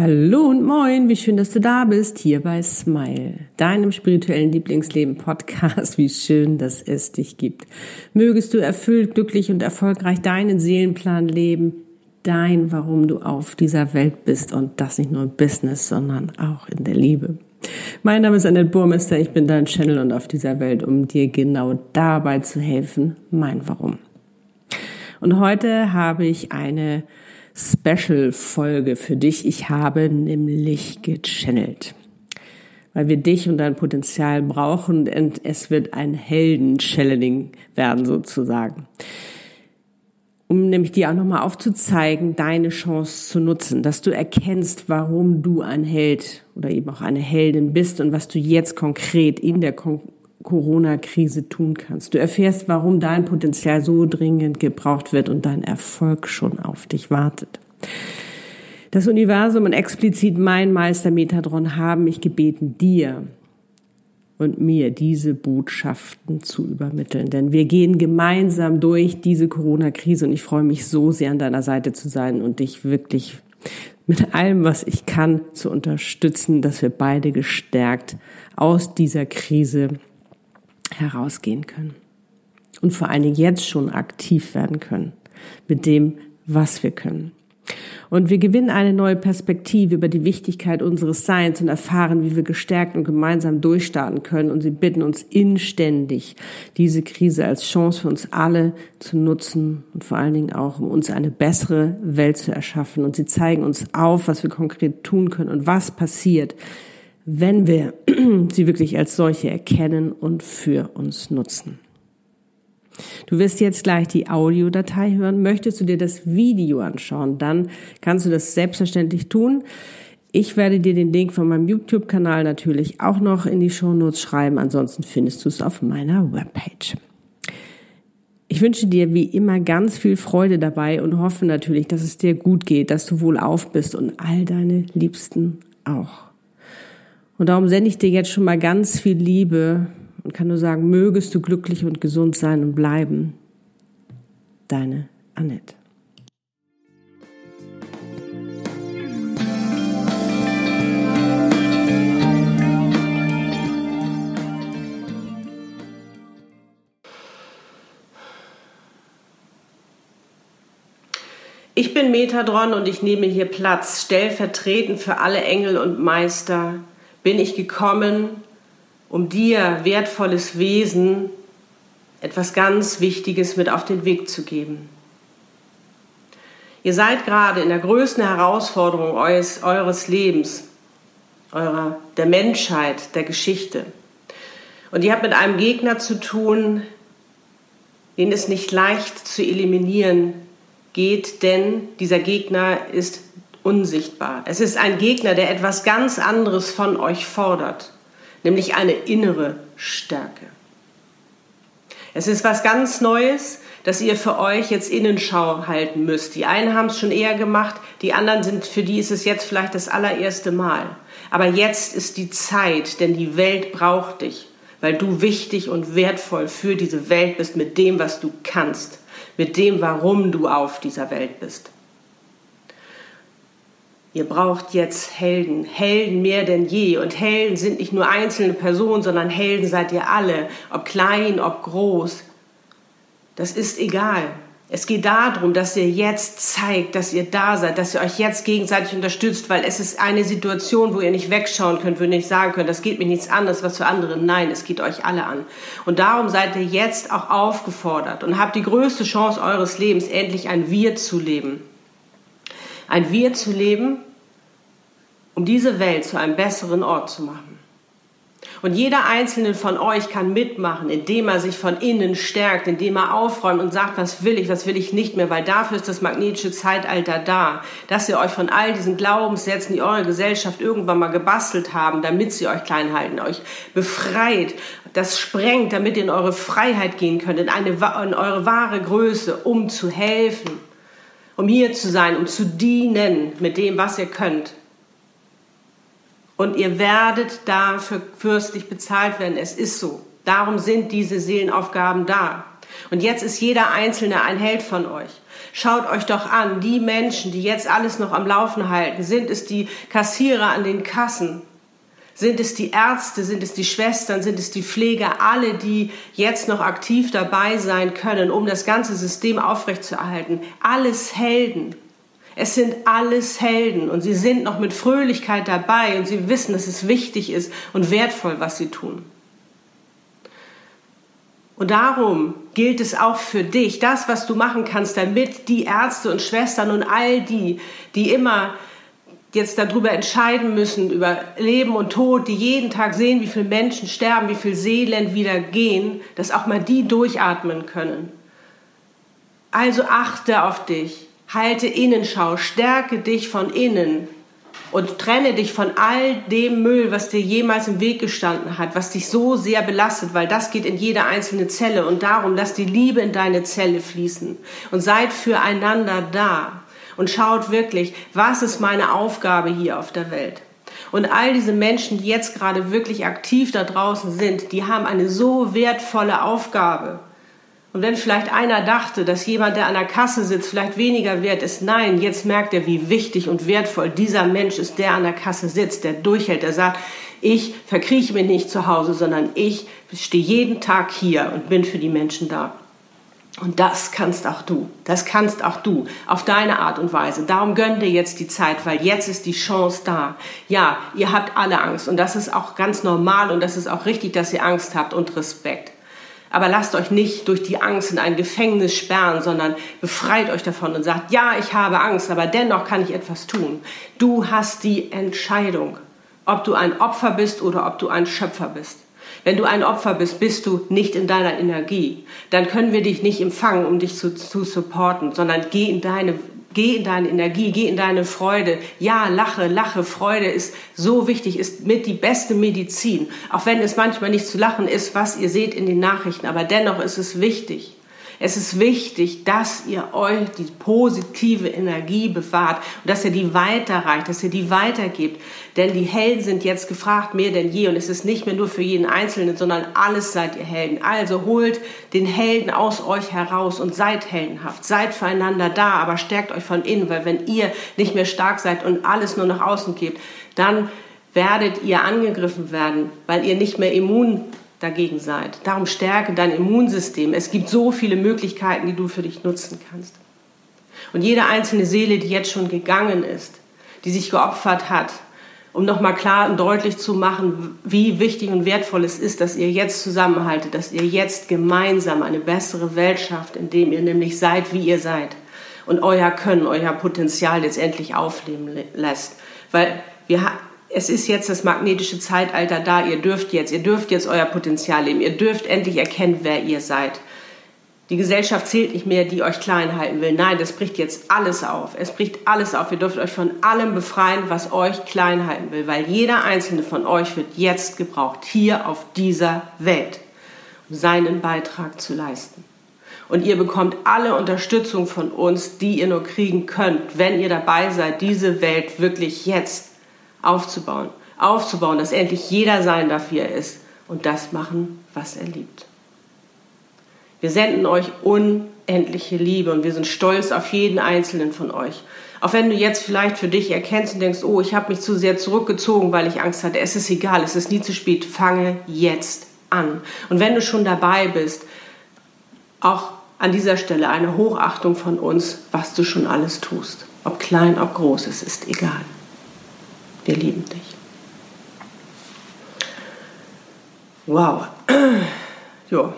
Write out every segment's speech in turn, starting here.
Hallo und moin, wie schön, dass du da bist, hier bei Smile, deinem spirituellen Lieblingsleben-Podcast. Wie schön, dass es dich gibt. Mögest du erfüllt, glücklich und erfolgreich deinen Seelenplan leben, dein, warum du auf dieser Welt bist und das nicht nur im Business, sondern auch in der Liebe. Mein Name ist Annette Burmester, ich bin dein Channel und auf dieser Welt, um dir genau dabei zu helfen, mein Warum. Und heute habe ich eine Special-Folge für dich. Ich habe nämlich gechannelt, weil wir dich und dein Potenzial brauchen und es wird ein Helden-Channeling werden sozusagen. Um nämlich dir auch nochmal aufzuzeigen, deine Chance zu nutzen, dass du erkennst, warum du ein Held oder eben auch eine Heldin bist und was du jetzt konkret in der Corona-Krise tun kannst. Du erfährst, warum dein Potenzial so dringend gebraucht wird und dein Erfolg schon auf dich wartet. Das Universum und explizit mein Meister Metatron haben mich gebeten, dir und mir diese Botschaften zu übermitteln. Denn wir gehen gemeinsam durch diese Corona-Krise und ich freue mich so sehr, an deiner Seite zu sein und dich wirklich mit allem, was ich kann, zu unterstützen, dass wir beide gestärkt aus dieser Krise herausgehen können und vor allen Dingen jetzt schon aktiv werden können mit dem, was wir können. Und wir gewinnen eine neue Perspektive über die Wichtigkeit unseres Seins und erfahren, wie wir gestärkt und gemeinsam durchstarten können. Und sie bitten uns inständig, diese Krise als Chance für uns alle zu nutzen und vor allen Dingen auch, um uns eine bessere Welt zu erschaffen. Und sie zeigen uns auf, was wir konkret tun können und was passiert, wenn wir sie wirklich als solche erkennen und für uns nutzen. Du wirst jetzt gleich die Audiodatei hören. Möchtest du dir das Video anschauen, dann kannst du das selbstverständlich tun. Ich werde dir den Link von meinem YouTube-Kanal natürlich auch noch in die Shownotes schreiben. Ansonsten findest du es auf meiner Webpage. Ich wünsche dir wie immer ganz viel Freude dabei und hoffe natürlich, dass es dir gut geht, dass du wohlauf bist und all deine Liebsten auch. Und darum sende ich dir jetzt schon mal ganz viel Liebe und kann nur sagen, mögest du glücklich und gesund sein und bleiben. Deine Annette. Ich bin Metatron und ich nehme hier Platz. Stellvertretend für alle Engel und Meister bin ich gekommen, um dir, wertvolles Wesen, etwas ganz Wichtiges mit auf den Weg zu geben. Ihr seid gerade in der größten Herausforderung eures Lebens, der Menschheit, der Geschichte. Und ihr habt mit einem Gegner zu tun, den es nicht leicht zu eliminieren geht, denn dieser Gegner ist unsichtbar. Es ist ein Gegner, der etwas ganz anderes von euch fordert, nämlich eine innere Stärke. Es ist was ganz Neues, dass ihr für euch jetzt Innenschau halten müsst. Die einen haben es schon eher gemacht, die anderen für die ist es jetzt vielleicht das allererste Mal. Aber jetzt ist die Zeit, denn die Welt braucht dich, weil du wichtig und wertvoll für diese Welt bist mit dem, was du kannst, mit dem, warum du auf dieser Welt bist. Ihr braucht jetzt Helden, Helden mehr denn je. Und Helden sind nicht nur einzelne Personen, sondern Helden seid ihr alle, ob klein, ob groß. Das ist egal. Es geht darum, dass ihr jetzt zeigt, dass ihr da seid, dass ihr euch jetzt gegenseitig unterstützt, weil es ist eine Situation, wo ihr nicht wegschauen könnt, wo ihr nicht sagen könnt, das geht mir nichts anderes, was für andere. Nein, es geht euch alle an. Und darum seid ihr jetzt auch aufgefordert und habt die größte Chance eures Lebens, endlich ein Wir zu leben. Ein Wir zu leben, um diese Welt zu einem besseren Ort zu machen. Und jeder Einzelne von euch kann mitmachen, indem er sich von innen stärkt, indem er aufräumt und sagt, was will ich nicht mehr, weil dafür ist das magnetische Zeitalter da, dass ihr euch von all diesen Glaubenssätzen, die eure Gesellschaft irgendwann mal gebastelt haben, damit sie euch klein halten, euch befreit, das sprengt, damit ihr in eure Freiheit gehen könnt, in eure wahre Größe, um zu helfen, um hier zu sein, um zu dienen mit dem, was ihr könnt. Und ihr werdet dafür fürstlich bezahlt werden. Es ist so. Darum sind diese Seelenaufgaben da. Und jetzt ist jeder Einzelne ein Held von euch. Schaut euch doch an, die Menschen, die jetzt alles noch am Laufen halten, sind es die Kassierer an den Kassen? Sind es die Ärzte, sind es die Schwestern, sind es die Pfleger, alle, die jetzt noch aktiv dabei sein können, um das ganze System aufrechtzuerhalten? Alles Helden. Es sind alles Helden und sie sind noch mit Fröhlichkeit dabei und sie wissen, dass es wichtig ist und wertvoll, was sie tun. Und darum gilt es auch für dich, das, was du machen kannst, damit die Ärzte und Schwestern und all die, die immer jetzt darüber entscheiden müssen, über Leben und Tod, die jeden Tag sehen, wie viele Menschen sterben, wie viele Seelen wieder gehen, dass auch mal die durchatmen können. Also achte auf dich, halte Innenschau, stärke dich von innen und trenne dich von all dem Müll, was dir jemals im Weg gestanden hat, was dich so sehr belastet, weil das geht in jede einzelne Zelle und darum, lass die Liebe in deine Zelle fließen und seid füreinander da. Und schaut wirklich, was ist meine Aufgabe hier auf der Welt? Und all diese Menschen, die jetzt gerade wirklich aktiv da draußen sind, die haben eine so wertvolle Aufgabe. Und wenn vielleicht einer dachte, dass jemand, der an der Kasse sitzt, vielleicht weniger wert ist, nein, jetzt merkt er, wie wichtig und wertvoll dieser Mensch ist, der an der Kasse sitzt, der durchhält, der sagt, ich verkrieche mich nicht zu Hause, sondern ich stehe jeden Tag hier und bin für die Menschen da. Und das kannst auch du auf deine Art und Weise. Darum gönn dir jetzt die Zeit, weil jetzt ist die Chance da. Ja, ihr habt alle Angst und das ist auch ganz normal und das ist auch richtig, dass ihr Angst habt und Respekt. Aber lasst euch nicht durch die Angst in ein Gefängnis sperren, sondern befreit euch davon und sagt, ja, ich habe Angst, aber dennoch kann ich etwas tun. Du hast die Entscheidung, ob du ein Opfer bist oder ob du ein Schöpfer bist. Wenn du ein Opfer bist, bist du nicht in deiner Energie. Dann können wir dich nicht empfangen, um dich zu supporten, sondern geh in deine Energie, geh in deine Freude. Ja, lache. Freude ist so wichtig, ist mit die beste Medizin. Auch wenn es manchmal nicht zu lachen ist, was ihr seht in den Nachrichten. Aber dennoch ist es wichtig. Es ist wichtig, dass ihr euch die positive Energie bewahrt und dass ihr die weiterreicht, dass ihr die weitergebt. Denn die Helden sind jetzt gefragt, mehr denn je. Und es ist nicht mehr nur für jeden Einzelnen, sondern alles seid ihr Helden. Also holt den Helden aus euch heraus und seid heldenhaft. Seid füreinander da, aber stärkt euch von innen. Weil wenn ihr nicht mehr stark seid und alles nur nach außen gebt, dann werdet ihr angegriffen werden, weil ihr nicht mehr immun dagegen seid. Darum stärke dein Immunsystem. Es gibt so viele Möglichkeiten, die du für dich nutzen kannst. Und jede einzelne Seele, die jetzt schon gegangen ist, die sich geopfert hat, um nochmal klar und deutlich zu machen, wie wichtig und wertvoll es ist, dass ihr jetzt zusammenhaltet, dass ihr jetzt gemeinsam eine bessere Welt schafft, indem ihr nämlich seid, wie ihr seid und euer Können, euer Potenzial letztendlich aufleben lässt. Weil es ist jetzt das magnetische Zeitalter da, ihr dürft jetzt euer Potenzial leben, ihr dürft endlich erkennen, wer ihr seid. Die Gesellschaft zählt nicht mehr, die euch klein halten will. Nein, das bricht jetzt alles auf. Es bricht alles auf. Ihr dürft euch von allem befreien, was euch klein halten will, weil jeder einzelne von euch wird jetzt gebraucht, hier auf dieser Welt, um seinen Beitrag zu leisten. Und ihr bekommt alle Unterstützung von uns, die ihr nur kriegen könnt, wenn ihr dabei seid, diese Welt wirklich jetzt aufzubauen, dass endlich jeder sein darf, wie er ist und das machen, was er liebt. Wir senden euch unendliche Liebe und wir sind stolz auf jeden einzelnen von euch. Auch wenn du jetzt vielleicht für dich erkennst und denkst, oh, ich habe mich zu sehr zurückgezogen, weil ich Angst hatte. Es ist egal, es ist nie zu spät. Fange jetzt an. Und wenn du schon dabei bist, auch an dieser Stelle eine Hochachtung von uns, was du schon alles tust. Ob klein, ob groß, es ist egal. Wir lieben dich. Wow. Jo.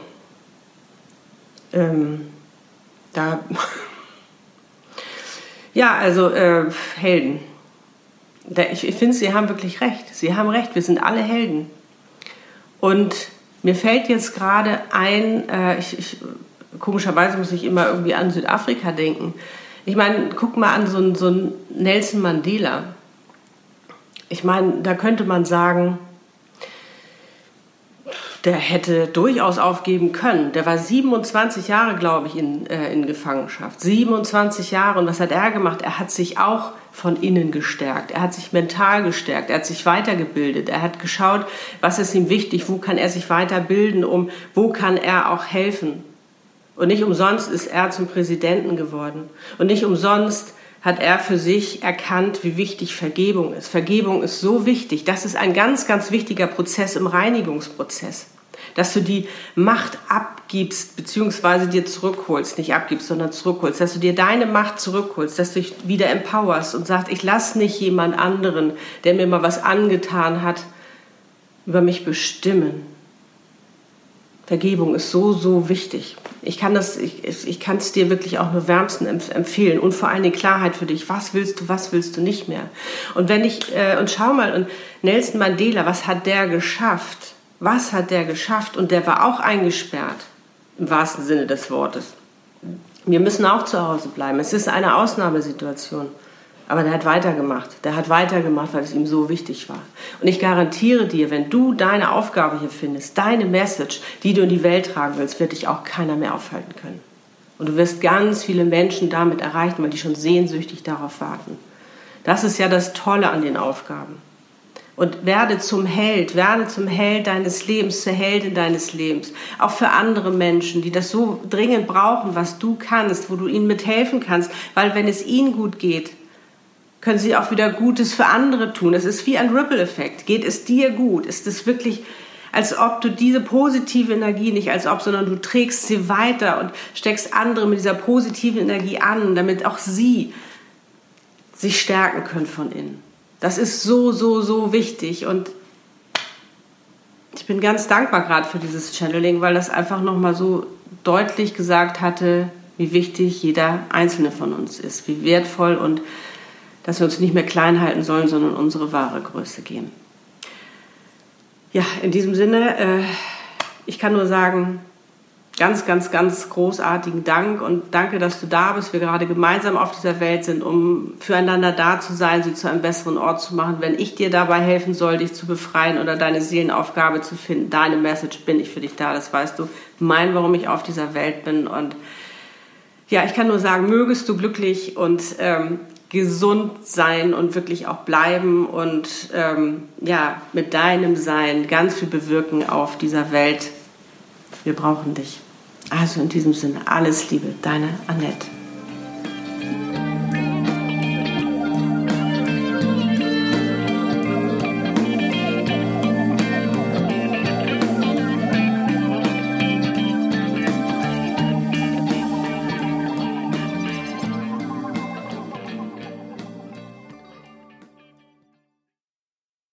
Ja, also Helden. Ich finde, sie haben wirklich recht. Sie haben recht, wir sind alle Helden. Und mir fällt jetzt gerade ein, komischerweise muss ich immer irgendwie an Südafrika denken. Ich meine, guck mal an so einen Nelson Mandela. Ich meine, da könnte man sagen, der hätte durchaus aufgeben können. Der war 27 Jahre, glaube ich, in Gefangenschaft. 27 Jahre. Und was hat er gemacht? Er hat sich auch von innen gestärkt. Er hat sich mental gestärkt. Er hat sich weitergebildet. Er hat geschaut, was ist ihm wichtig, wo kann er sich weiterbilden, wo kann er auch helfen. Und nicht umsonst ist er zum Präsidenten geworden. Und nicht umsonst hat er für sich erkannt, wie wichtig Vergebung ist. Vergebung ist so wichtig. Das ist ein ganz, ganz wichtiger Prozess im Reinigungsprozess. Dass du die Macht abgibst, beziehungsweise dir zurückholst. Nicht abgibst, sondern zurückholst. Dass du dir deine Macht zurückholst. Dass du dich wieder empowerst und sagst, ich lasse nicht jemand anderen, der mir mal was angetan hat, über mich bestimmen. Vergebung ist so, so wichtig. Ich kann es dir wirklich auch nur wärmstens empfehlen. Und vor allem die Klarheit für dich. Was willst du nicht mehr? Und und schau mal, und Nelson Mandela, was hat der geschafft? Was hat der geschafft? Und der war auch eingesperrt, im wahrsten Sinne des Wortes. Wir müssen auch zu Hause bleiben. Es ist eine Ausnahmesituation. Aber der hat weitergemacht. Weil es ihm so wichtig war. Und ich garantiere dir, wenn du deine Aufgabe hier findest, deine Message, die du in die Welt tragen willst, wird dich auch keiner mehr aufhalten können. Und du wirst ganz viele Menschen damit erreichen, weil die schon sehnsüchtig darauf warten. Das ist ja das Tolle an den Aufgaben. Und werde zum Held deines Lebens, zur Heldin deines Lebens. Auch für andere Menschen, die das so dringend brauchen, was du kannst, wo du ihnen mithelfen kannst. Weil wenn es ihnen gut geht, können sie auch wieder Gutes für andere tun. Es ist wie ein Ripple-Effekt. Geht es dir gut? Ist es wirklich, als ob du diese positive Energie, nicht als ob, sondern du trägst sie weiter und steckst andere mit dieser positiven Energie an, damit auch sie sich stärken können von innen. Das ist so, so, so wichtig. Und ich bin ganz dankbar gerade für dieses Channeling, weil das einfach nochmal so deutlich gesagt hatte, wie wichtig jeder Einzelne von uns ist, wie wertvoll und dass wir uns nicht mehr klein halten sollen, sondern unsere wahre Größe geben. Ja, in diesem Sinne, ich kann nur sagen, ganz, ganz, ganz großartigen Dank und danke, dass du da bist, wir gerade gemeinsam auf dieser Welt sind, um füreinander da zu sein, sie zu einem besseren Ort zu machen. Wenn ich dir dabei helfen soll, dich zu befreien oder deine Seelenaufgabe zu finden, deine Message, bin ich für dich da, das weißt du. Warum ich auf dieser Welt bin. Und ja, ich kann nur sagen, mögest du glücklich und gesund sein und wirklich auch bleiben und mit deinem Sein ganz viel bewirken auf dieser Welt. Wir brauchen dich. Also in diesem Sinne, alles Liebe, deine Annette.